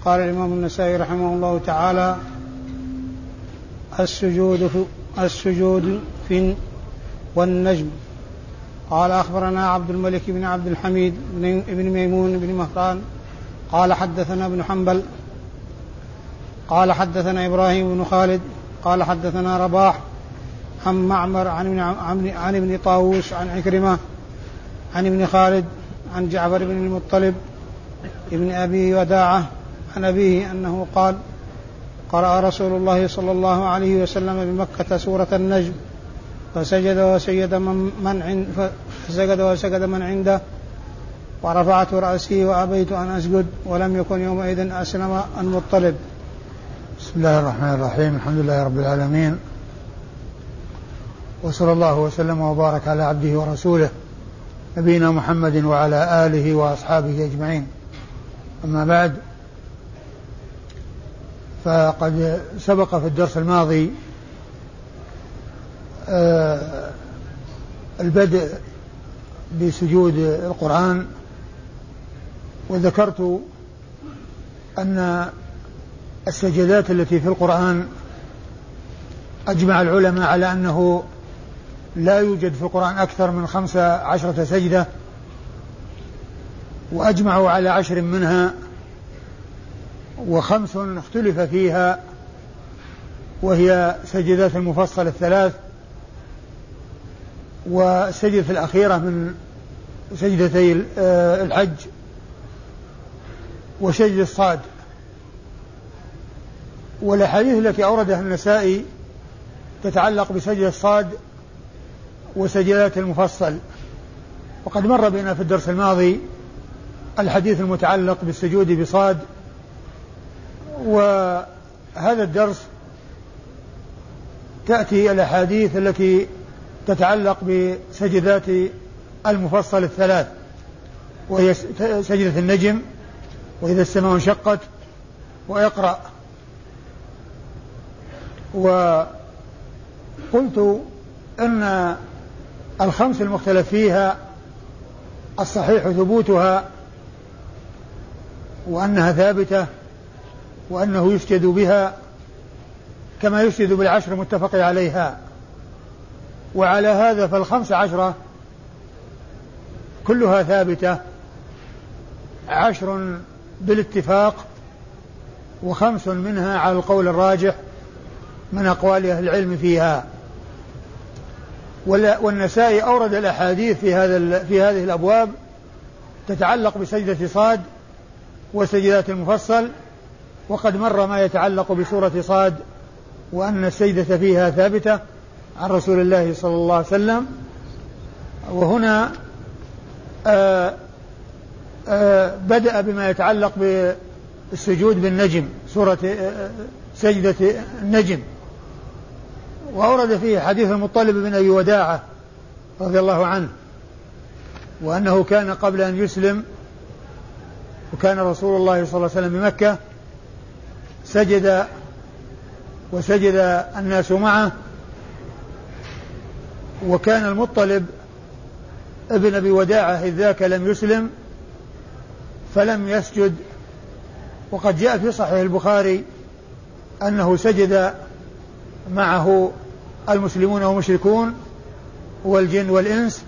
قال الإمام النسائي رحمه الله تعالى: السجود في والنجم. قال: أخبرنا عبد الملك بن عبد الحميد بن ميمون بن مهران قال: حدثنا ابن حنبل قال: حدثنا إبراهيم بن خالد قال: حدثنا رباح عن معمر عن ابن طاووس عن عكرمة عن ابن خالد عن جعفر بن المطلب ابن أبي وداعة عن أبيه أنه قال: قرأ رسول الله صلى الله عليه وسلم بمكة سورة النجم فسجد وسجد من عنده ورفعت رأسي وأبيت أن أسجد ولم يكن يومئذ أسلم المطلب. بسم الله الرحمن الرحيم. الحمد لله رب العالمين، وصلى الله وسلم وبارك على عبده ورسوله نبينا محمد وعلى آله وأصحابه أجمعين. أما بعد، فقد سبق في الدرس الماضي البدء بسجود القرآن، وذكرت أن السجدات التي في القرآن أجمع العلماء على أنه لا يوجد في القرآن أكثر من 15 سجدة، وأجمعوا على 10 منها، و5 اختلف فيها، وهي سجدات المفصل الثلاث، والسجدة الأخيرة من سجدتي الحج، وسجد الصاد. والأحاديث التي أوردها النسائي تتعلق بسجد الصاد وسجدات المفصل، وقد مر بنا في الدرس الماضي الحديث المتعلق بالسجود بصاد. وهذا الدرس تأتي الأحاديث التي تتعلق بسجدات المفصل الثلاث، وهي سجدة النجم، وإذا السماء انشقت، وإقرأ. وقلت أن الخمس المختلف فيها الصحيح ثبوتها، وأنها ثابتة، وأنه يسجد بها كما يسجد بالعشر المتفق عليها. وعلى هذا فال15 كلها ثابتة، 10 بالاتفاق، و5 منها على القول الراجح من أقوال أهل العلم فيها. والنسائي أورد الأحاديث في هذه الأبواب تتعلق بسجدة صاد وسجدات المفصل، وقد مر ما يتعلق بسورة صاد، وأن السجدة فيها ثابتة عن رسول الله صلى الله عليه وسلم. وهنا بدأ بما يتعلق بالسجود بالنجم، سورة سجدة النجم، وأورد فيه حديث المطلب بن أبي وداعة رضي الله عنه، وأنه كان قبل أن يسلم، وكان رسول الله صلى الله عليه وسلم بمكة، سجد وسجد الناس معه، وكان المطلب ابن أبي وداعة إذ ذاك لم يسلم فلم يسجد. وقد جاء في صحيح البخاري أنه سجد معه المسلمون والمشركون والجن والإنس.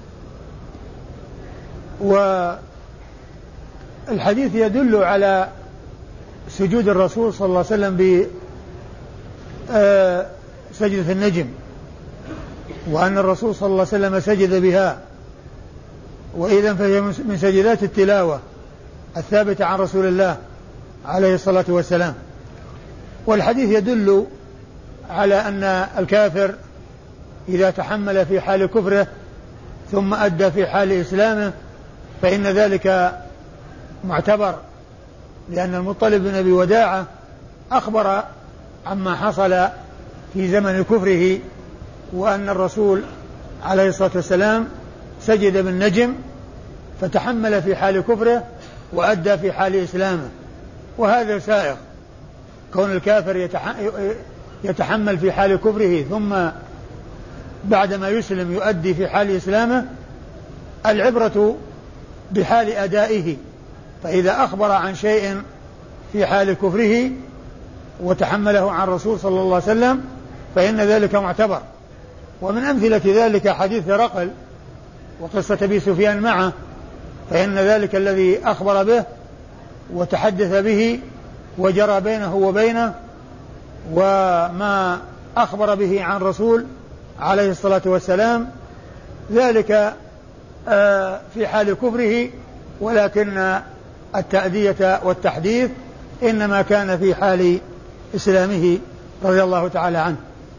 والحديث يدل على سجود الرسول صلى الله عليه وسلم بسجدة النجم، وأن الرسول صلى الله عليه وسلم سجد بها، وإذن فهي من سجدات التلاوة الثابتة عن رسول الله عليه الصلاة والسلام. والحديث يدل على أن الكافر إذا تحمل في حال كفره ثم أدى في حال إسلامه فإن ذلك معتبر، لأن المطلب بن أبي وداعة أخبر عما حصل في زمن كفره، وأن الرسول عليه الصلاة والسلام سجد بالنجم فتحمل في حال كفره وأدى في حال إسلامه. وهذا سائغ، كون الكافر يتحمل في حال كفره ثم بعدما يسلم يؤدي في حال إسلامه، العبرة بحال أدائه. فإذا أخبر عن شيء في حال كفره وتحمله عن الرسول صلى الله عليه وسلم فإن ذلك معتبر. ومن أمثلة ذلك حديث هرقل وقصة أبي سفيان معه، فإن ذلك الذي أخبر به وتحدث به وجرى بينه وبينه وما أخبر به عن رسول عليه الصلاة والسلام ذلك في حال كفره، ولكن التأدية والتحديث إنما كان في حال إسلامه رضي الله تعالى عنه.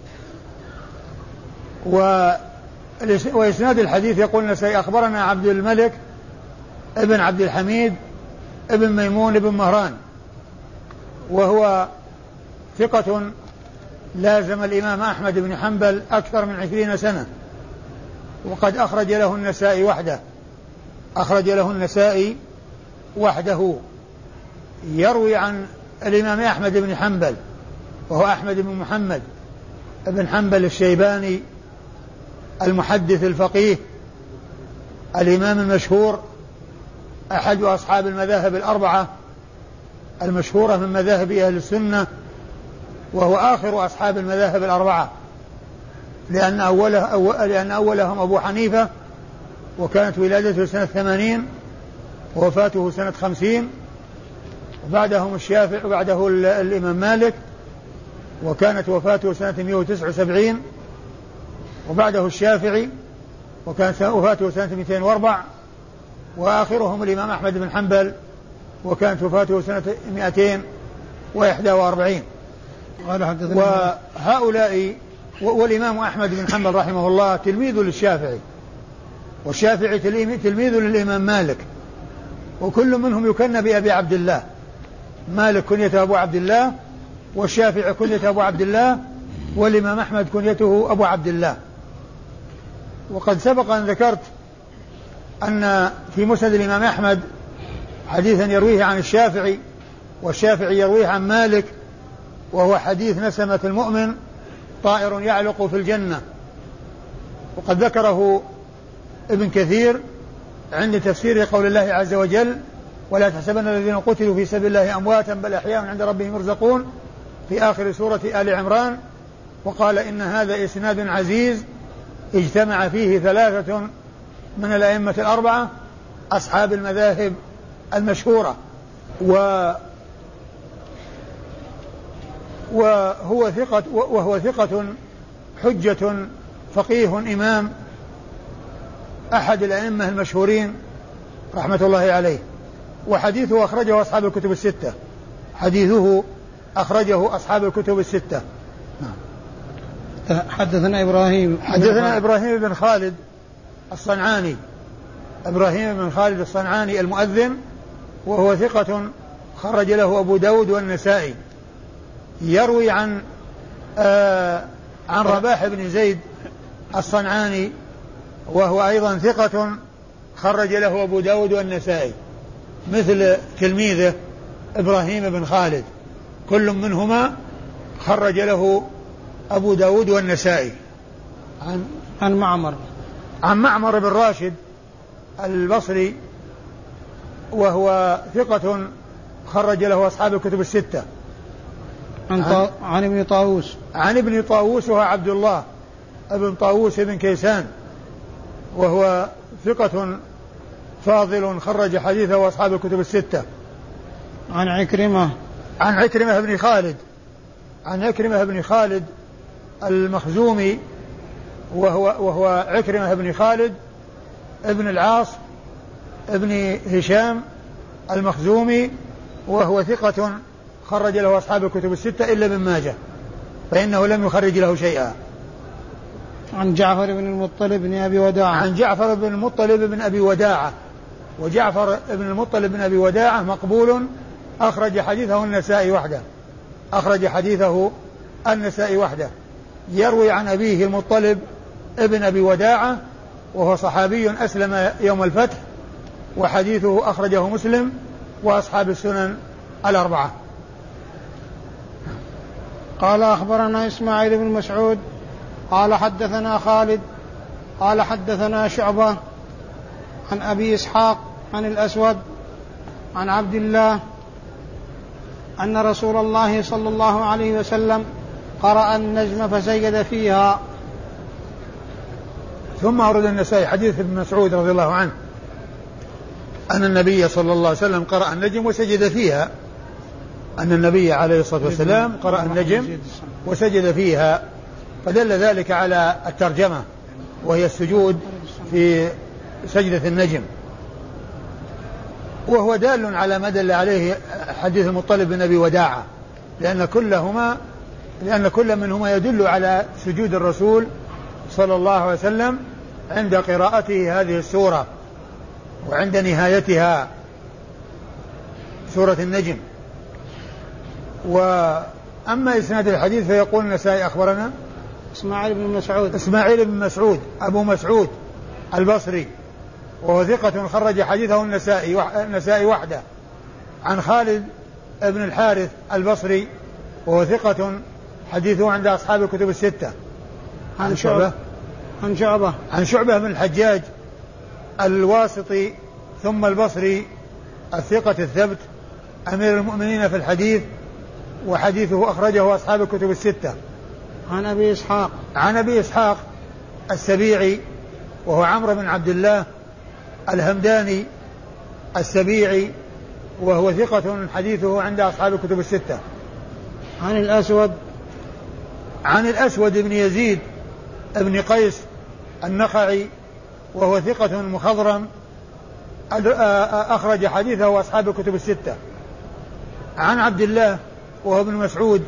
وإسناد الحديث يقول النسائي أخبرنا عبد الملك ابن عبد الحميد ابن ميمون ابن مهران، وهو ثقة لازم الإمام أحمد بن حنبل أكثر من 20 سنة، وقد أخرج له النسائي وحده. يروي عن الإمام أحمد بن حنبل وهو أحمد بن محمد بن حنبل الشيباني المحدث الفقيه الإمام المشهور، أحد أصحاب المذاهب الأربعة المشهورة من مذاهب أهل السنة، وهو آخر أصحاب المذاهب الأربعة، لأن أولهم أبو حنيفة، وكانت ولادته سنة 80 ووفاته سنة 50، وبعدهم الشافعي وبعده الإمام مالك، وكانت وفاته سنة 179، وبعده الشافعي وكانت وفاته سنة 204، وآخرهم الإمام أحمد بن حنبل وكانت وفاته سنة 241. وهؤلاء والإمام أحمد بن حنبل رحمه الله تلميذ للشافعي، والشافعي تلميذ للإمام مالك، وكل منهم يكنى بأبي عبد الله. مالك كنيته أبو عبد الله، والشافعي كنيته أبو عبد الله، والإمام أحمد كنيته أبو عبد الله. وقد سبق أن ذكرت أن في مسند الإمام أحمد حديثا يرويه عن الشافعي، والشافعي يرويه عن مالك، وهو حديث نسمة المؤمن طائر يعلق في الجنة، وقد ذكره ابن كثير عند تفسير قول الله عز وجل: ولا تحسبن الذين قتلوا في سبيل الله أمواتا بل أحياء عند ربهم يرزقون، في آخر سورة آل عمران. وقال: إن هذا إسناد عزيز اجتمع فيه 3 من الأئمة الأربعة أصحاب المذاهب المشهورة، وهو ثقة حجة فقيه إمام، أحد الأئمة المشهورين رحمة الله عليه. وحديثه أخرجه أصحاب الكتب الستة، أصحاب الكتب الستة. حدثنا إبراهيم بن خالد الصنعاني، المؤذن، وهو ثقة خرج له أبو داود والنسائي. يروي عن رباح بن زيد الصنعاني، وهو أيضا ثقة خرج له أبو داود والنسائي، مثل تلميذه إبراهيم بن خالد، كل منهما خرج له أبو داود والنسائي. عن معمر بن راشد البصري، وهو ثقة خرج له أصحاب الكتب الستة. عن ابن طاووس وهو عبد الله ابن طاووس بن كيسان، وهو ثقة فاضل خرج حديثه أصحاب الكتب الستة. عن عكرمة بن خالد المخزومي، وهو عكرمة بن خالد ابن العاص ابن هشام المخزومي، وهو ثقة خرج له أصحاب الكتب الستة إلا ابن ماجه، فإنه لم يخرج له شيئا. عن جعفر بن المطلب بن أبي وداعة، وجعفر بن المطلب بن أبي وداعة مقبول، أخرج حديثه النسائي وحده. يروي عن أبيه المطلب ابن أبي وداعة، وهو صحابي أسلم يوم الفتح، وحديثه أخرجه مسلم وأصحاب السنن الأربعة. قال: أخبرنا إسماعيل بن مسعود قال حدثنا خالد قال حدثنا شعبة عن أبي إسحاق عن الأسود عن عبد الله أن رسول الله صلى الله عليه وسلم قرأ النجم فسجد فيها. ثم أورد النسائي حديث ابن مسعود رضي الله عنه أن النبي صلى الله عليه وسلم قرأ النجم وسجد فيها، أن النبي عليه الصلاة والسلام قرأ النجم وسجد فيها، فدل ذلك على الترجمة وهي السجود في سجدة النجم، وهو دال على ما دل عليه حديث المطلب بن أبي وداعة، لأن كل منهما يدل على سجود الرسول صلى الله عليه وسلم عند قراءته هذه السورة وعند نهايتها سورة النجم. وأما إسناد الحديث فيقول النسائي أخبرنا إسماعيل بن مسعود أبو مسعود البصري، وهو ثقة خرج حديثه النسائي وحده، عن خالد بن الحارث البصري وهو ثقة حديثه عند أصحاب الكتب الستة. عن شعبة بن الحجاج الواسطي ثم البصري الثقة الثبت أمير المؤمنين في الحديث، وحديثه أخرجه أصحاب الكتب الستة. عن أبي إسحاق السبيعي وهو عمرو بن عبد الله الهمداني السبيعي وهو ثقة حديثه عند أصحاب الكتب الستة. عن الأسود بن يزيد بن قيس النخعي وهو ثقة مخضرم أخرج حديثه أصحاب الكتب الستة. عن عبد الله وهو ابن مسعود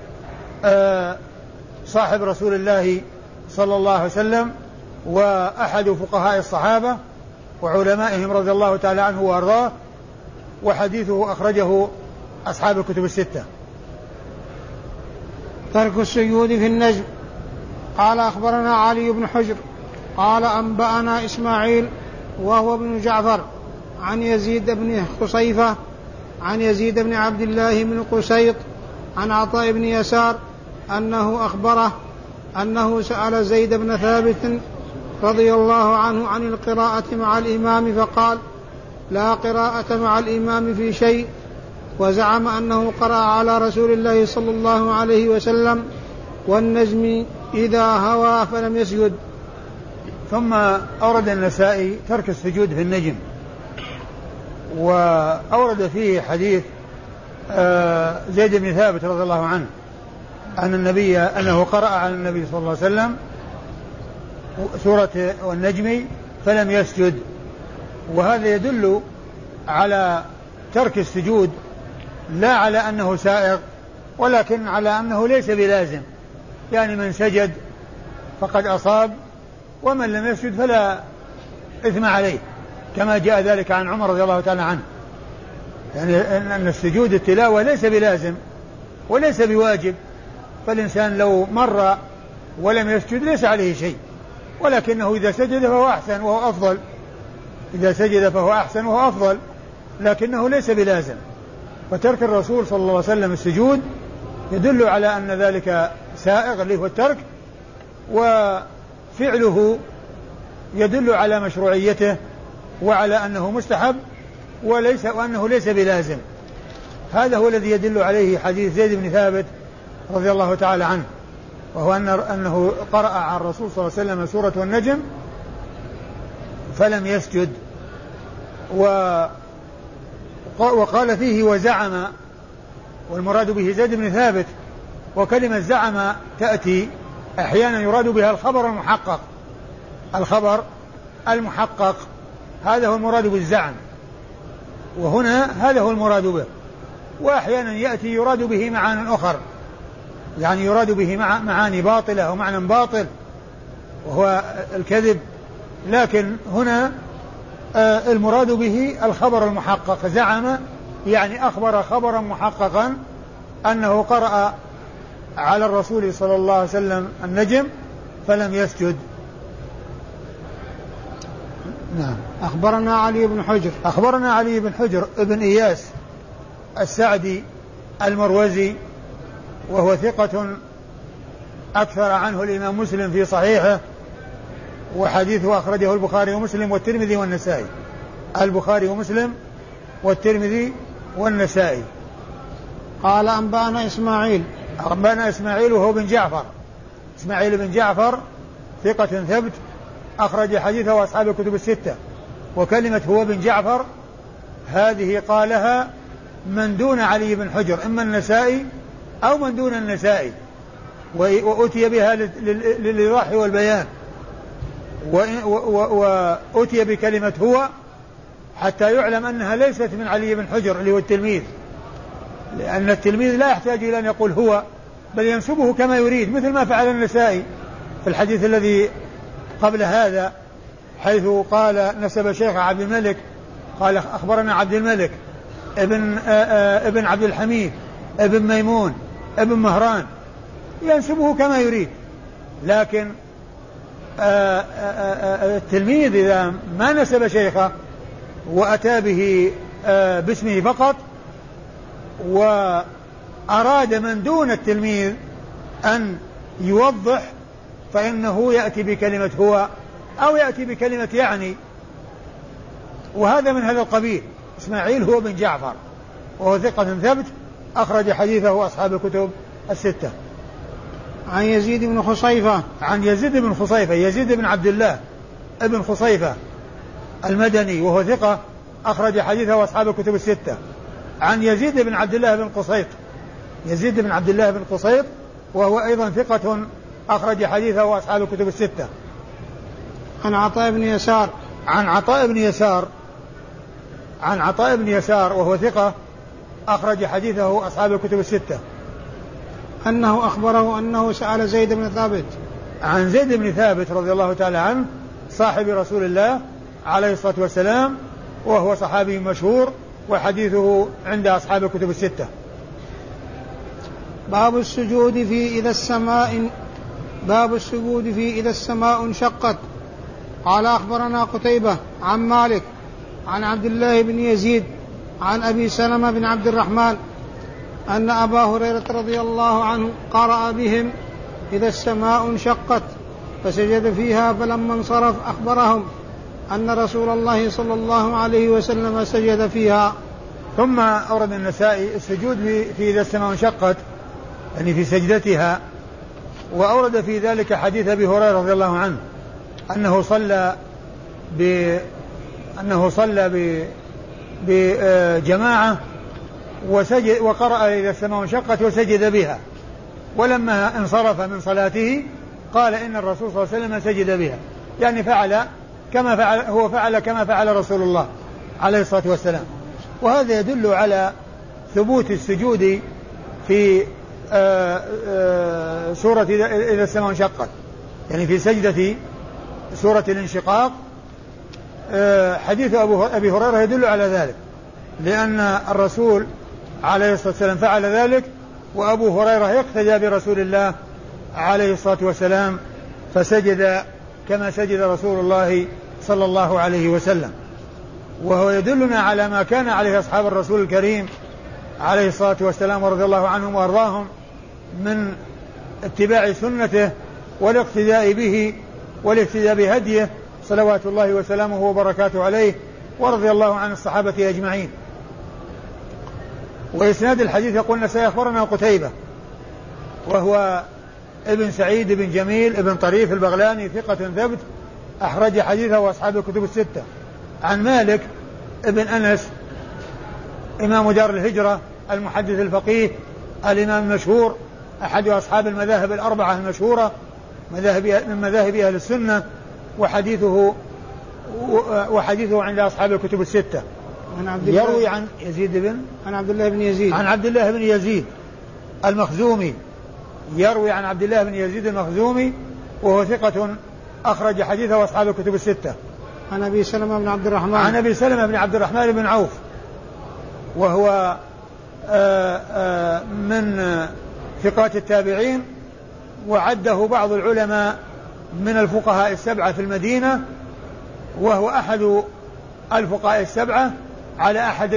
صاحب رسول الله صلى الله عليه وسلم وأحد فقهاء الصحابة وعلمائهم رضي الله تعالى عنه وأرضاه، وحديثه أخرجه أصحاب الكتب الستة. ترك السجود في النجم. قال أخبرنا علي بن حجر قال أنبأنا إسماعيل وهو ابن جعفر عن يزيد بن خصيفة عن يزيد بن عبد الله بن قسيط عن عطاء بن يسار أنه أخبره أنه سأل زيد بن ثابت رضي الله عنه عن القراءة مع الإمام فقال: لا قراءة مع الإمام في شيء، وزعم أنه قرأ على رسول الله صلى الله عليه وسلم والنجم إذا هوى فلم يسجد. ثم أورد النسائي ترك السجود في النجم، وأورد فيه حديث زيد بن ثابت رضي الله عنه أنه قرأ على النبي صلى الله عليه وسلم سورة والنجم فلم يسجد، وهذا يدل على ترك السجود لا على أنه سائغ ولكن على أنه ليس بلازم، يعني من سجد فقد أصاب ومن لم يسجد فلا إثم عليه، كما جاء ذلك عن عمر رضي الله تعالى عنه، يعني أن السجود التلاوة ليس بلازم وليس بواجب، فالإنسان لو مر ولم يسجد ليس عليه شيء، ولكنه إذا سجد فهو أحسن وهو أفضل، إذا سجد فهو أحسن وهو أفضل، لكنه ليس بلازم. وترك الرسول صلى الله عليه وسلم السجود يدل على أن ذلك سائغ اللي هو الترك، وفعله يدل على مشروعيته وعلى أنه مستحب وأنه ليس بلازم. هذا هو الذي يدل عليه حديث زيد بن ثابت رضي الله تعالى عنه، وهو أنه قرأ على الرسول صلى الله عليه وسلم سورة والنجم فلم يسجد، وقال فيه وزعم، والمراد به زيد بن ثابت، وكلمة زعم تأتي أحيانا يراد بها الخبر المحقق، هذا هو المراد بالزعم، وهنا هذا هو المراد به. وأحيانا يأتي يراد به معاني أخر، يعني يراد به معاني باطلة أو معنى باطل وهو الكذب، لكن هنا المراد به الخبر المحقق. زعم يعني أخبر خبرا محققا أنه قرأ على الرسول صلى الله عليه وسلم النجم فلم يسجد. نعم. أخبرنا علي بن حجر ابن إياس السعدي المروزي، وهو ثقة أكثر عنه الإمام مسلم في صحيحه، وحديثه أخرجه البخاري ومسلم والترمذي والنسائي. البخاري ومسلم والترمذي والنسائي. قال أنبأنا إسماعيل وهو بن جعفر، إسماعيل بن جعفر ثقة ثبت أخرج حديثه أصحاب الكتب الستة. وكلمة هو بن جعفر هذه قالها من دون علي بن حجر، إما النسائي أو من دون النسائي، وأتي بها للإيضاح والبيان، وأتي بكلمة هو حتى يعلم أنها ليست من علي بن حجر اللي هو التلميذ، لأن التلميذ لا يحتاج إلى أن يقول هو، بل ينسبه كما يريد، مثل ما فعل النسائي في الحديث الذي قبل هذا، حيث قال نسب شيخ عبد الملك، قال أخبرنا عبد الملك ابن عبد الحميد ابن ميمون ابن مهران، ينسبه كما يريد. لكن التلميذ إذا ما نسب شيخه وأتى به باسمه فقط، وأراد من دون التلميذ أن يوضح، فإنه يأتي بكلمة هو أو يأتي بكلمة يعني، وهذا من هذا القبيل. إسماعيل هو بن جعفر وهو ثقة ثبت أخرج حديثه أصحاب الكتب الستة. عن يزيد بن خصيفة، عن يزيد بن خصيفة، يزيد بن عبد الله ابن خصيفة المدني وهو ثقة أخرج حديثه أصحاب الكتب الستة. عن يزيد بن عبد الله بن قصيط، يزيد بن عبد الله بن قصيط وهو أيضا ثقة أخرج حديثه أصحاب الكتب الستة. عن عطاء بن يسار، عن عطاء بن يسار، عن عطاء بن يسار وهو ثقة أخرج حديثه أصحاب الكتب الستة. أنه أخبره أنه سأل زيد بن ثابت، عن زيد بن ثابت رضي الله تعالى عنه صاحب رسول الله عليه الصلاة والسلام، وهو صحابي مشهور وحديثه عند أصحاب الكتب الستة. باب السجود في إذا السماء انشقت. قال أخبرنا قتيبة عن مالك عن عبد الله بن يزيد عن أبي سلمة بن عبد الرحمن أن أبا هريرة رضي الله عنه قرأ بهم إذا السماء انشقت فسجد فيها، فلما انصرف أخبرهم أن رسول الله صلى الله عليه وسلم سجد فيها. ثم أورد النسائي السجود في إذا السماء انشقت، يعني في سجدتها، وأورد في ذلك حديث أبي هريرة رضي الله عنه أنه صلى بجماعة وسجد وقرأ إذا السماء انشقت وسجد بها، ولما انصرف من صلاته قال إن الرسول صلى الله عليه وسلم سجد بها، يعني فعل كما فعل رسول الله عليه الصلاة والسلام. وهذا يدل على ثبوت السجود في سورة إذا السماء انشقت، يعني في سجدة سورة الانشقاق. حديث أبي هريرة يدل على ذلك، لأن الرسول عليه الصلاة والسلام فعل ذلك، وأبو هريرة يقتدى برسول الله عليه الصلاة والسلام فسجد كما سجد رسول الله صلى الله عليه وسلم. وهو يدلنا على ما كان عليه أصحاب الرسول الكريم عليه الصلاة والسلام ورضي الله عنهم وأرضاهم من اتباع سنته والاقتداء به والاقتداء بهديه صلوات الله وسلامه وبركاته عليه، ورضي الله عن الصحابة أجمعين. وإسناد الحديث يقول سيخبرنا قتيبة وهو ابن سعيد بن جميل ابن طريف البغلاني ثقة ثبت أخرج حديثه وأصحاب الكتب الستة. عن مالك ابن أنس إمام دار الهجرة المحدث الفقيه الإمام المشهور أحد أصحاب المذاهب الأربعة المشهورة من مذاهب أهل السنة، وحديثه عند أصحاب الكتب الستة. يروي عن عبد الله بن يزيد عن عبد الله بن يزيد المخزومي، يروي عن عبد الله بن يزيد المخزومي وهو ثقة أخرج حديثه أصحاب الكتب الستة. عن أبي سلمة بن عبد الرحمن، عن أبي سلمة بن عبد الرحمن بن عوف وهو من ثقات التابعين، وعده بعض العلماء من الفقهاء السبعة في المدينة، وهو أحد الفقهاء السبعة على أحد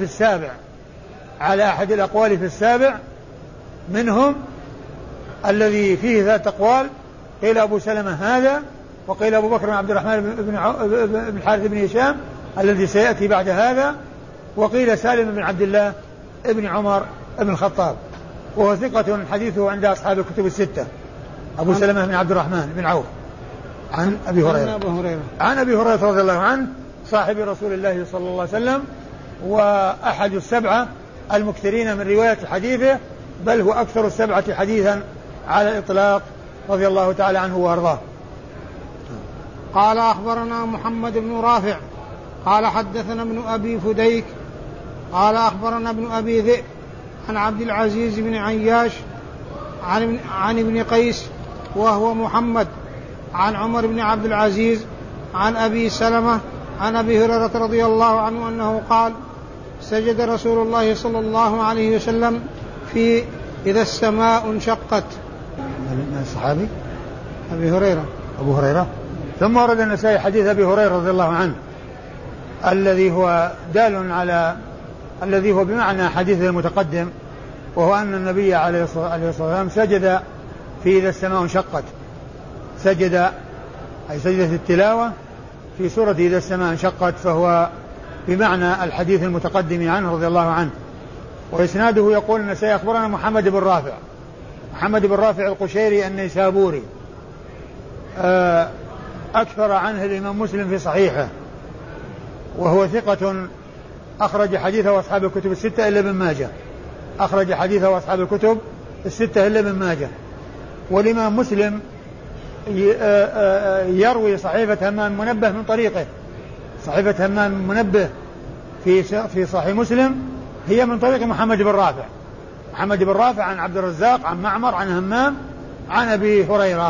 الأقوال في السابع، منهم الذي فيه ذات أقوال، قيل أبو سلمة هذا، وقيل أبو بكر بن عبد الرحمن بن الحارث بن هشام الذي سيأتي بعد هذا، وقيل سالم بن عبد الله ابن عمر بن الخطاب، وهو ثقة حديثه عند أصحاب الكتب الستة. أبو سلمة بن عبد الرحمن بن عوف عن أبي هريرة عن أبي هريرة رضي الله عنه صاحب رسول الله صلى الله عليه وسلم، وأحد السبعة المكثرين من رواية حديثه، بل هو أكثر السبعة حديثا على الإطلاق رضي الله تعالى عنه وأرضاه. قال أخبرنا محمد بن رافع قال حدثنا ابن أبي فديك قال أخبرنا ابن أبي ذئب عن عبد العزيز بن عياش عن ابن قيس وهو محمد عن عمر بن عبد العزيز عن أبي سلمة عن أبي هريرة رضي الله عنه أنه قال سجد رسول الله صلى الله عليه وسلم في إذا السماء انشقت. من الصحابي أبو هريرة. ثم ورد النسائي حديث أبي هريرة رضي الله عنه الذي هو دال على الذي هو بمعنى حديث المتقدم، وهو أن النبي عليه الصلاة والسلام سجد في إذا السماء انشقت، سجد أي سجدة التلاوة في سورة إذا السماء انشقت، فهو بمعنى الحديث المتقدم عنه رضي الله عنه. وإسناده يقول النسائي أخبرنا محمد بن رافع القشيري النيسابوري، أكثر عنه الإمام مسلم في صحيحه، وهو ثقة أخرج حديثه أصحاب الكتب الستة إلا ابن ماجه، أخرج حديثه أصحاب الكتب الستة إلا ابن ماجه. والإمام مسلم يروي صحيفة همام منبه من طريقه، صحيفة همام منبه في صحيح مسلم هي من طريق محمد بن رافع عن عبد الرزاق عن معمر عن همام عن أبي هريرة.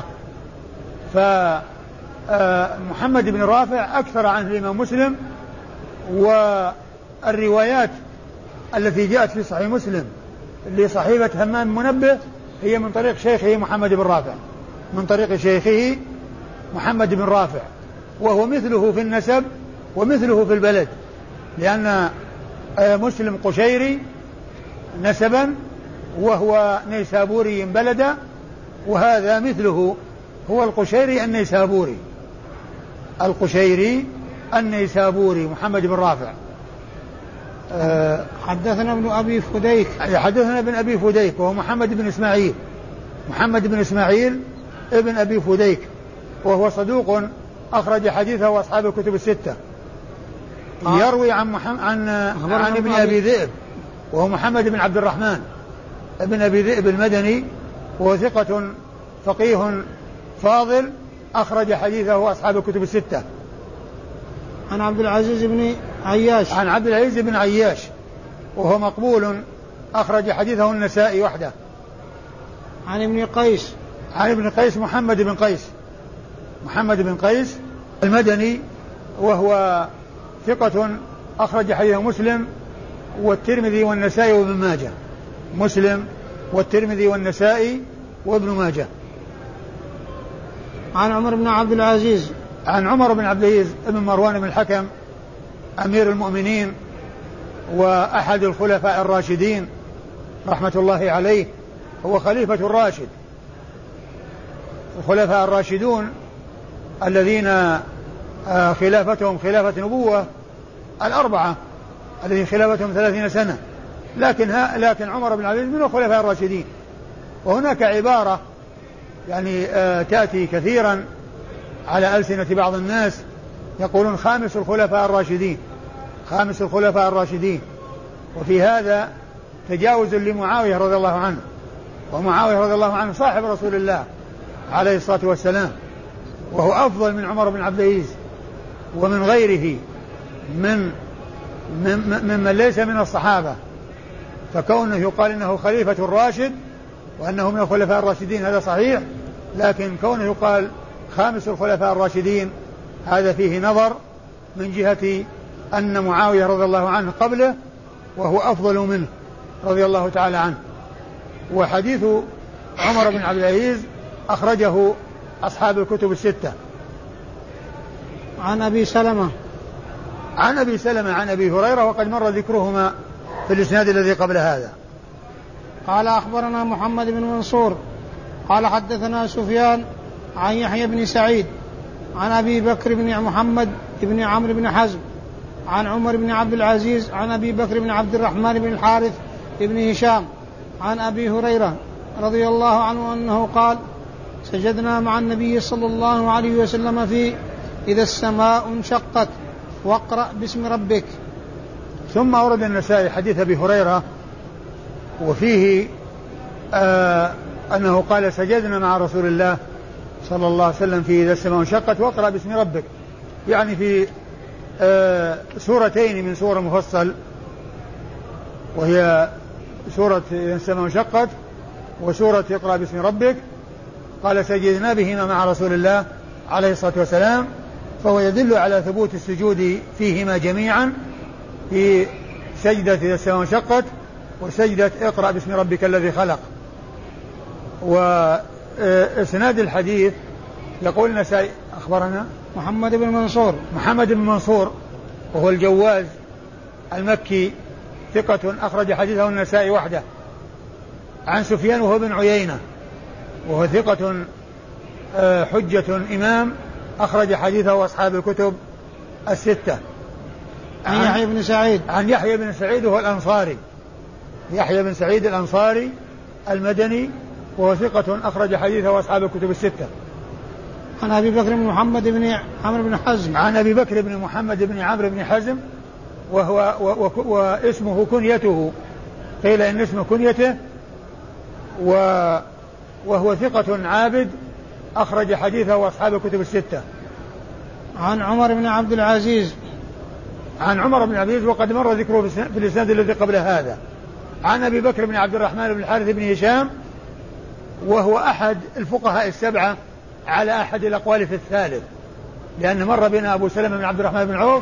فمحمد بن رافع أكثر عنه الإمام مسلم، والروايات التي جاءت في صحيح مسلم لصحيفة همام منبه هي من طريق شيخه محمد بن رافع، من طريق شيخه محمد بن رافع، وهو مثله في النسب ومثله في البلد، لأن مسلم قشيري نسبا وهو نيسابوري بلدا، وهذا مثله هو القشيري النيسابوري محمد بن رافع. حدثنا ابن أبي فديك وهو محمد بن إسماعيل ابن أبي فديك، وهو صدوق أخرج حديثه وأصحاب الكتب الستة. يروي عن ابن أبي ذئب وهو محمد بن عبد الرحمن ابن أبي ذئب المدني، وهو ثقة فقيه فاضل أخرج حديثه وأصحاب الكتب الستة. عن عبد العزيز بن عياش وهو مقبول أخرج حديثه النسائي وحده. عن ابن قيس محمد بن قيس المدني، وهو ثقة أخرج حديثه مسلم والترمذي والنسائي وابن ماجه، مسلم والترمذي والنسائي وابن ماجه. عن عمر بن عبد العزيز ابن مروان بن الحكم أمير المؤمنين وأحد الخلفاء الراشدين رحمة الله عليه، هو خليفة الراشد. الخلفاء الراشدون الذين خلافتهم خلافة نبوة الأربعة الذين خلافتهم 30 سنة، لكن عمر بن عبد العزيز من الخلفاء الراشدين. وهناك عبارة يعني تأتي كثيرا على ألسنة بعض الناس يقولون خامس الخلفاء الراشدين، وفي هذا تجاوز لمعاوية رضي الله عنه، ومعاوية رضي الله عنه صاحب رسول الله عليه الصلاة والسلام، وهو أفضل من عمر بن عبد العزيز ومن غيره ممن ليس من الصحابة، فكونه يقال إنه خليفة الراشد وأنه من الخلفاء الراشدين هذا صحيح، لكن كونه يقال خامس الخلفاء الراشدين هذا فيه نظر من جهة أن معاوية رضي الله عنه قبله وهو أفضل منه رضي الله تعالى عنه. وحديث عمر بن عبد العزيز أخرجه أصحاب الكتب الستة. عن أبي سلمة عن أبي هريرة، وقد مر ذكرهما في الإسناد الذي قبل هذا. قال أخبرنا محمد بن منصور قال حدثنا سفيان عن يحيى بن سعيد عن أبي بكر بن محمد بن عمرو بن حزم عن عمر بن عبد العزيز عن أبي بكر بن عبد الرحمن بن الحارث بن هشام عن أبي هريرة رضي الله عنه أنه قال سجدنا مع النبي صلى الله عليه وسلم في إذا السماء انشقت واقرأ باسم ربك. ثم أورد النسائي حديث أبي هريرة وفيه أنه قال سجدنا مع رسول الله صلى الله عليه وسلم في إذا السماء انشقت واقرأ باسم ربك، يعني في سورتين من سور مفصل، وهي سورة إذا السماء انشقت وسورة اقرأ باسم ربك. قال سجدنا بهما مع رسول الله عليه الصلاة والسلام، فهو يدل على ثبوت السجود فيهما جميعا، في سجدة إذا السماء انشقت وسجدة اقرأ باسم ربك الذي خلق. وإسناد الحديث يقول النسائي أخبرنا محمد بن منصور وهو الجواز المكي ثقة أخرج حديثه النسائي وحده، عن سفيان وهو بن عيينة وهو ثقة حجة إمام أخرج حديثه أصحاب الكتب الستة، عن يحيى بن سعيد وهو الأنصاري، يحيى بن سعيد الأنصاري المدني وهو ثقة أخرج حديثه أصحاب الكتب الستة، عن أبي بكر بن محمد بن عمرو بن حزم، عن أبي بكر بن محمد بن عمرو بن حزم واسمه كنيته، قيل إن اسمه كنيته، وهو ثقة عابد أخرج حديثه أصحاب الكتب الستة. عن عمر بن عبد العزيز، وقد مر ذكره في الإسناد الذي قبل هذا. عن أبي بكر بن عبد الرحمن بن الحارث بن هشام، وهو أحد الفقهاء السبعة على أحد الأقوال في الثالث، لأن مر بنا أبو سلمة بن عبد الرحمن بن عوف،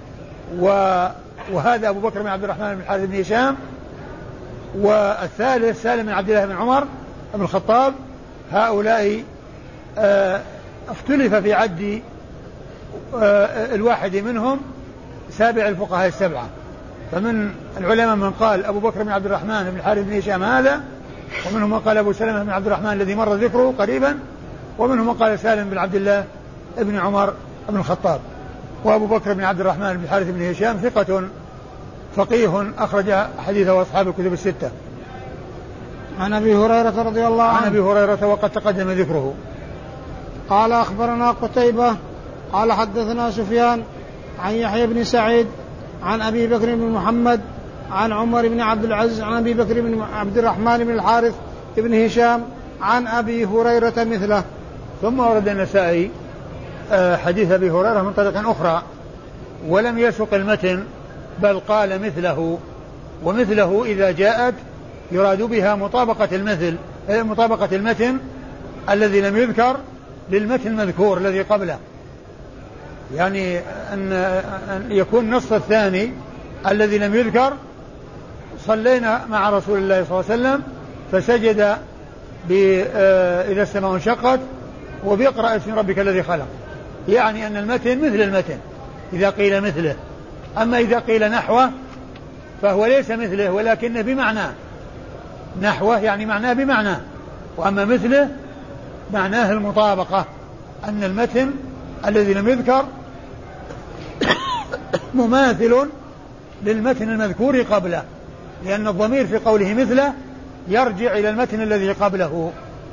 وهذا أبو بكر بن عبد الرحمن بن الحارث بن هشام، والثالث سالم بن عبد الله بن عمر بن الخطاب. هؤلاء اختلف في عد الواحد منهم سابع الفقهاء السبعة، فمن العلماء من قال أبو بكر بن عبد الرحمن بن الحارث بن هشام هذا، ومنهم من قال أبو سلمة بن عبد الرحمن الذي مر ذكره قريبا، ومنهم من قال سالم بن عبد الله بن عمر بن الخطاب. وأبو بكر بن عبد الرحمن بن الحارث بن هشام ثقة فقيه أخرج حديثه أصحاب الكتب الستة. عن أبي هريرة رضي الله عنه، عن أبي هريرة وقد تقدم ذكره. قال أخبرنا قتيبة قال حدثنا سفيان عن يحيى بن سعيد عن أبي بكر بن محمد عن عمر بن عبد العزيز عن أبي بكر بن عبد الرحمن بن الحارث بن هشام عن أبي هريرة مثله. ثم ورد النسائي حديث أبي هريرة من طريق أخرى ولم يسق المتن، بل قال مثله، ومثله إذا جاءت يراد بها مطابقة المتن الذي لم يذكر للمتن المذكور الذي قبله، يعني أن يكون النص الثاني الذي لم يذكر صلينا مع رسول الله صلى الله عليه وسلم فسجد إذا السماء انشقت وبيقرأ اسم ربك الذي خلق، يعني أن المتن مثل المتن إذا قيل مثله. أما إذا قيل نحوه فهو ليس مثله ولكن بمعنى، نحوه يعني معناه بمعنى، وأما مثله معناه المطابقة، أن المتن الذي لم يذكر مماثل للمتن المذكور قبله، لأن الضمير في قوله مثله يرجع إلى المتن الذي قبله.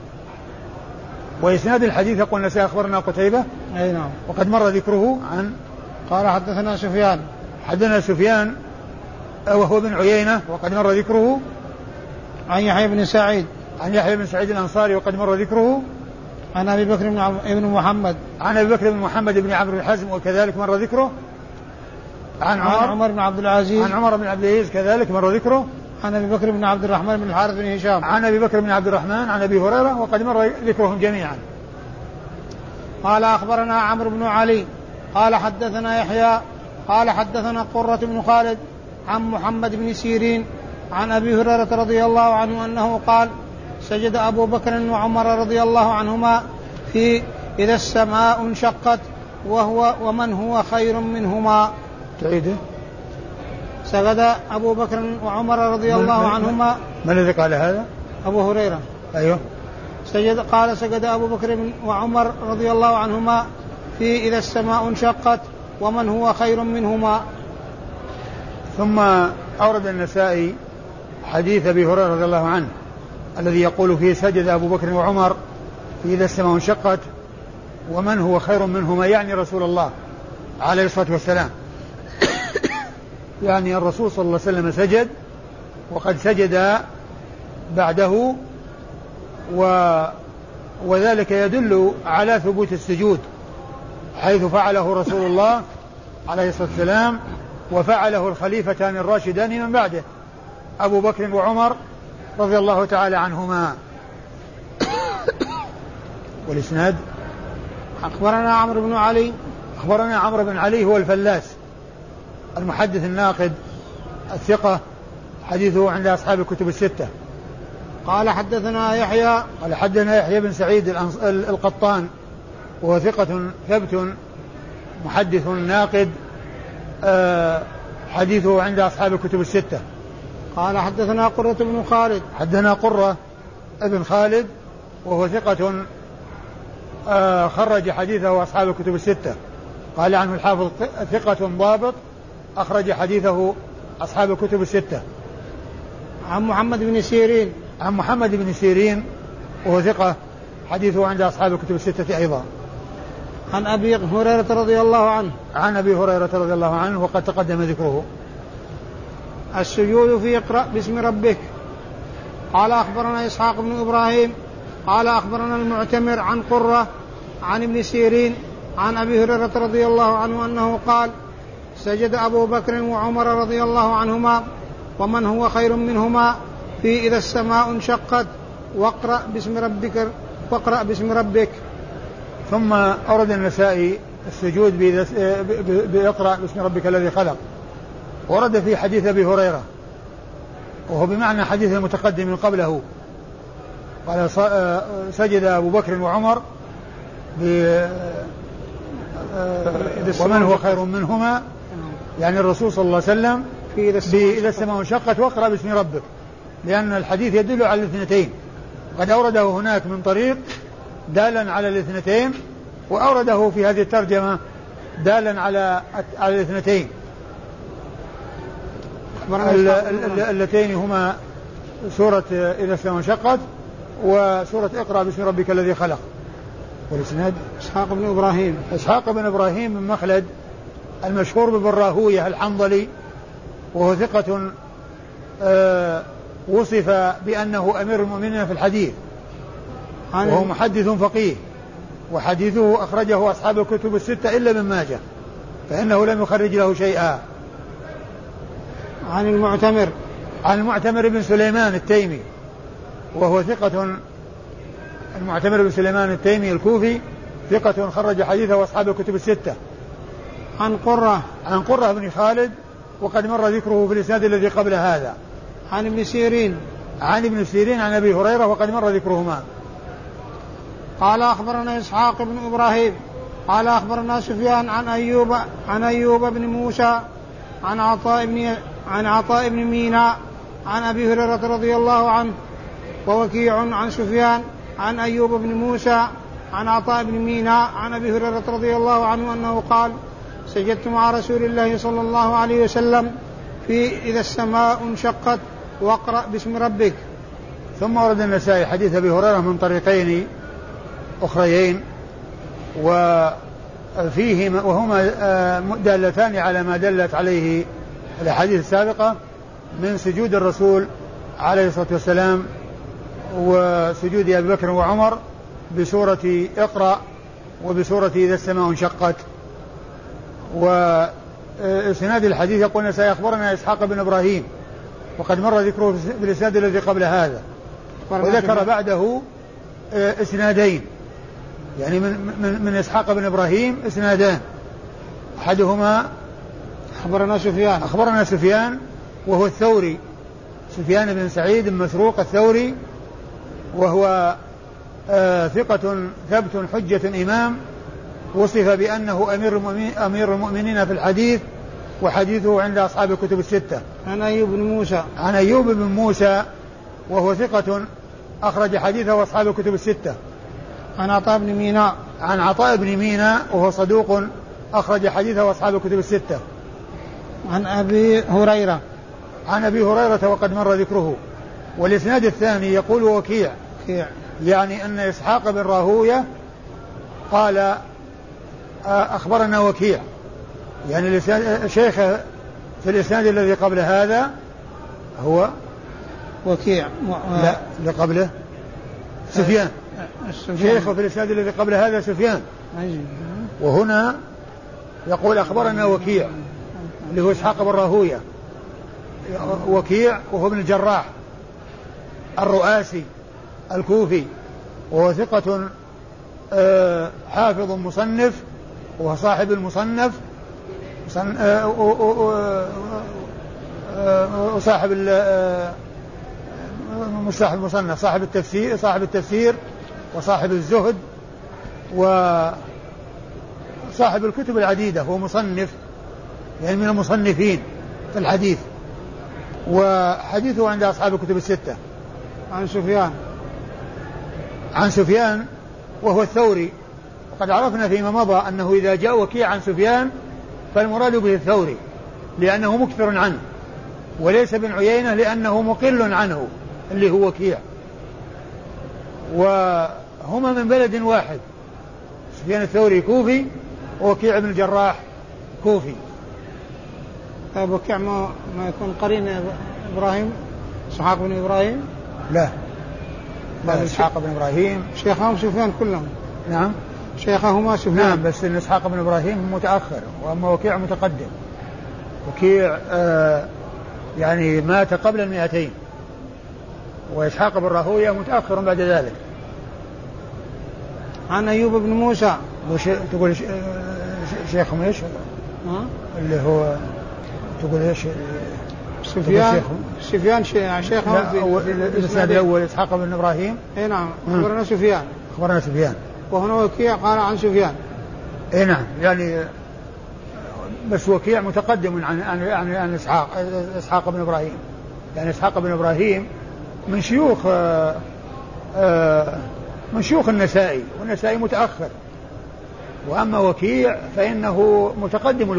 وإسناد الحديث يقول النسائي أخبرنا قتيبة، أي نعم، وقد مر ذكره. عن قال حدثنا سفيان وهو بن عيينة وقد مر ذكره. عن يحيى بن سعيد الأنصاري وقد مر ذكره. عن أبي بكر بن محمد بن عمرو بن حزم وكذلك مر ذكره. عن عمر بن عبد العزيز كذلك مر ذكره. عن أبي بكر بن عبد الرحمن بن الحارث بن هشام عن أبي بكر بن عبد الرحمن عن أبي هريرة وقد مر ذكرهم جميعا. قال أخبرنا عمرو بن علي قال حدثنا يحيى قال حدثنا قرة بن خالد عن محمد بن سيرين عن أبي هريرة رضي الله عنه أنه قال سجد أبو بكر وعمر رضي الله عنهما في إذا السماء انشقت ومن هو خير منهما. تعيده. سجد أبو بكر وعمر رضي الله عنهما. من الذي قال هذا؟ أبو هريرة. أيوه. سجد أبو بكر وعمر رضي الله عنهما في إذا السماء انشقت ومن هو خير منهما. ثم أورد النسائي حديث أبي هريرة رضي الله عنه الذي يقول فيه سجد أبو بكر وعمر إذا السماء انشقت ومن هو خير منهما، يعني رسول الله عليه الصلاة والسلام. يعني الرسول صلى الله عليه وسلم سجد وقد سجد بعده، وذلك يدل على ثبوت السجود، حيث فعله رسول الله عليه الصلاة والسلام وفعله الخليفتان الراشدان من بعده أبو بكر وعمر رضي الله تعالى عنهما. والإسناد أخبرنا عمرو بن علي. أخبرنا عمرو بن علي هو الفلاس المحدث الناقد الثقة، حديثه عند أصحاب الكتب الستة. قال حدثنا يحيى. قال حدثنا يحيى بن سعيد القطان وهو ثقة ثبت محدث ناقد، حديثه عند أصحاب الكتب الستة. قال حدثنا قرة بن خالد. حدثنا قرة ابن خالد وهو ثقة خرج حديثه أصحاب الكتب الستة. قال عنه الحافظ ثقة ضابط أخرج حديثه أصحاب الكتب الستة. عن محمد بن سيرين. عن محمد بن سيرين وهو ثقة حديثه عند أصحاب الكتب الستة أيضا. عن أبي هريرة رضي الله عنه. عن أبي هريرة رضي الله عنه وقد تقدم ذكره. السجود في اقرأ باسم ربك. قال أخبرنا إسحاق بن إبراهيم قال أخبرنا المعتمر عن قرة عن ابن سيرين عن أبي هريرة رضي الله عنه أنه قال سجد أبو بكر وعمر رضي الله عنهما ومن هو خير منهما في إذا السماء انشقت واقرأ باسم ربك. ثم أورد النسائي السجود بإقرأ باسم ربك الذي خلق، ورد في حديث أبي هريرة وهو بمعنى حديث المتقدم من قبله. قال سجد أبو بكر وعمر ومن هو خير منهما، يعني الرسول صلى الله عليه وسلم إذا السماء انشقت واقرأ باسم ربك، لأن الحديث يدل على الاثنتين. قد أورده هناك من طريق دالا على الاثنتين، وأورده في هذه الترجمة دالا على الاثنتين اللتين هما سورة إذا السماء انشقت وسورة اقرأ باسم ربك الذي خلق. والإسناد إسحاق بن إبراهيم. إسحاق بن إبراهيم من مخلد المشهور ببراهوية الحنظلي، وهو ثقة وصف بأنه أمير المؤمنين في الحديث، وهو محدث فقيه، وحديثه أخرجه أصحاب الكتب الستة إلا ابن ماجه، فإنه لم يخرج له شيئا. عن المعتمر. عن المعتمر بن سليمان التيمي وهو ثقة، المعتمر بن سليمان التيمي الكوفي ثقة خرج حديثه أصحاب الكتب الستة. عن قرة. عن قرة بن خالد وقد مر ذكره في الإسناد الذي قبل هذا. عن ابن سيرين. عن ابن سيرين عن أبي هريرة وقد مر ذكرهما. قال أخبرنا إسحاق بن إبراهيم قال أخبرنا سفيان عن أيوب بن موسى عن عطاء بن ميناء عن أبي هريرة رضي الله عنه، ووكيع عن سفيان عن أيوب بن موسى عن عطاء بن ميناء عن أبي هريرة رضي الله عنه أنه قال سجدت مع رسول الله صلى الله عليه وسلم في إذا السماء انشقت واقرأ باسم ربك. ثم ورد النسائي حديث أبي هريرة من طريقين أخريين وفيهما وهما دالتان على ما دلت عليه الأحاديث السابقة من سجود الرسول عليه الصلاة والسلام وسجود أبي بكر وعمر بسورة اقرأ وبسورة إذا السماء انشقت. وإسناد الحديث يقول النسائي أخبرنا إسحاق بن إبراهيم وقد مر ذكره في الإسناد الذي قبل هذا، وذكر بعده إسنادين، يعني من إسحاق بن إبراهيم إسنادان، أحدهما أخبرنا سفيان وهو الثوري، سفيان بن سعيد مسروق الثوري، وهو ثقة ثبت حجة إمام، وصف بأنه أمير المؤمنين في الحديث، وحديثه عند أصحاب الكتب الستة. عن أيوب بن موسى وهو ثقة أخرج حديثه أصحاب الكتب الستة. عن عطاء بن ميناء وهو صدوق أخرج حديثه أصحاب الكتب الستة. عن أبي هريرة عن أبي هريرة وقد مر ذكره. والإسناد الثاني يقول وكيع، يعني أن إسحاق بن راهوية قال أخبرنا وكيع، يعني شيخ في الإسناد الذي قبل هذا هو وكيع. لا لقبله سفيان. شيخه في الإسناد الذي قبل هذا سفيان. وهنا يقول أخبرنا وكيع اللي هو إسحاق بن راهوية. وكيع وهو ابن الجراح الرؤاسي الكوفي، وهو ثقة حافظ مصنف، وهو صاحب المصنف وصاحب مش صاحب المصنف، صاحب التفسير وصاحب الزهد وصاحب الكتب العديدة. هو مصنف يعني من المصنفين في الحديث، وحديثه عند أصحاب الكتب الستة. عن سفيان وهو الثوري. وقد عرفنا فيما مضى أنه إذا جاء وكيع عن سفيان فالمراد به الثوري لأنه مكثر عنه، وليس بن عيينة لأنه مقل عنه اللي هو وكيع، وهما من بلد واحد. سفيان الثوري كوفي ووكيع بن الجراح كوفي. طيب وكيع ما يكون قرين إبراهيم إسحاق بن إبراهيم؟ لا إسحاق بن إبراهيم شيخهم سفيان كلهم. نعم شيخهما سفيان. نعم بس إن إسحاق بن إبراهيم متأخر وأما وكيع متقدم. وكيع يعني مات قبل 200، وإسحاق بن راهوية متأخر بعد ذلك. عن أيوب بن موسى. تقول شيخهم إيش؟ اللي هو تقول إيش؟ سفيان شيخهم في الإسناد الأول إسحاق بن إبراهيم. إيه نعم. أخبرنا سفيان. وهنا وكيع قال عن سفيان. إيه نعم، يعني بس وكيع متقدم عن إسحاق بن إبراهيم، يعني إسحاق بن إبراهيم من شيوخ النسائي، والنسائي متأخر. وأما وكيع فإنه متقدم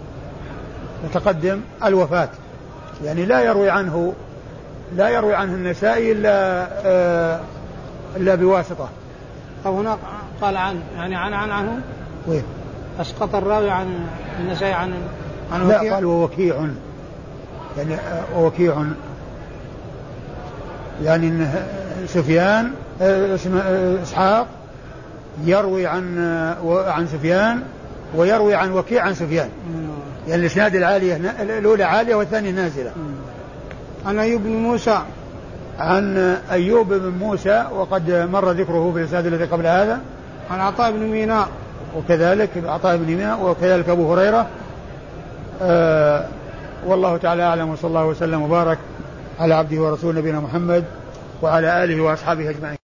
الوفاة، يعني لا يروي عنه النسائي إلا بواسطة. طب هنا قال عنه وين أسقط الراوي عن النسائي عن لا وكيع؟ قال ووكيع، يعني وكيع يعني إن سفيان إسحاق يروي عن سفيان ويروي عن وكيع عن سفيان، يعني الإسناد الأولى عالية والثانية نازلة. عن أيوب بن موسى. عن أيوب بن موسى وقد مر ذكره في الإسناد الذي قبل هذا. عن عطاء بن ميناء. وكذلك عطاء بن ميناء وكذلك أبو هريرة. والله تعالى أعلم، وصلى الله وسلم وبارك على عبده ورسوله نبينا محمد وعلى آله وأصحابه أجمعين.